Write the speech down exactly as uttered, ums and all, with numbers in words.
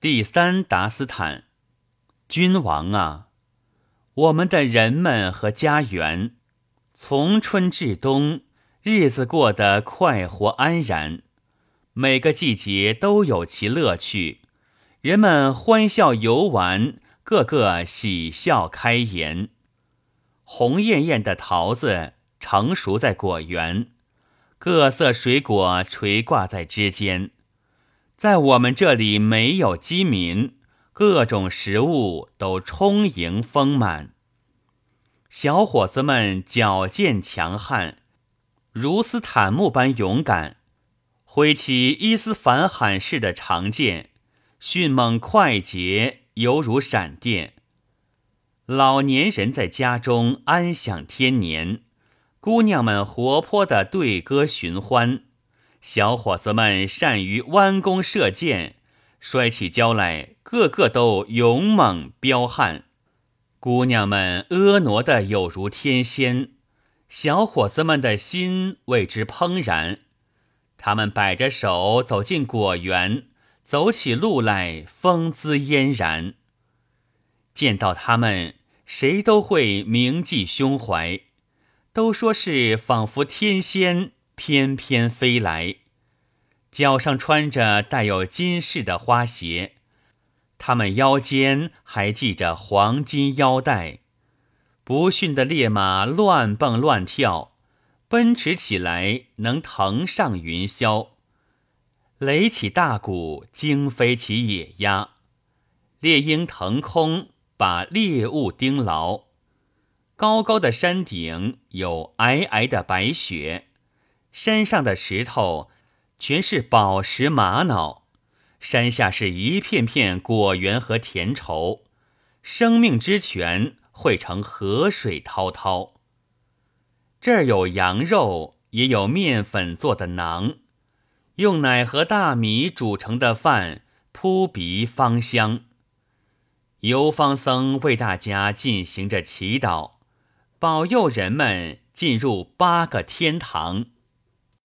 第三达斯坦，君王啊，我们的人们和家园，从春至冬，日子过得快活安然，每个季节都有其乐趣，人们欢笑游玩，个个喜笑开颜。红艳艳的桃子成熟在果园，各色水果垂挂在枝间。在我们这里没有饥民，各种食物都充盈丰满。小伙子们矫健强悍，如斯坦木般勇敢，挥起伊斯凡罕式的长剑，迅猛快捷，犹如闪电。老年人在家中安享天年，姑娘们活泼地对歌寻欢，小伙子们善于弯弓射箭，摔起跤来个个都勇猛彪悍。姑娘们婀娜的有如天仙，小伙子们的心为之怦然。他们摆着手走进果园，走起路来风姿嫣然。见到他们，谁都会铭记胸怀，都说是仿佛天仙翩翩飞来。脚上穿着带有金饰的花鞋，他们腰间还系着黄金腰带。不驯的烈马乱蹦乱跳，奔驰起来能腾上云霄。擂起大鼓，惊飞起野鸭。猎鹰腾空，把猎物盯牢。高高的山顶有皑皑的白雪，山上的石头全是宝石玛瑙，山下是一片片果园和田畴，生命之泉汇成河水滔滔。这儿有羊肉，也有面粉做的馕，用奶和大米煮成的饭扑鼻芳香。游方僧为大家进行着祈祷，保佑人们进入八个天堂。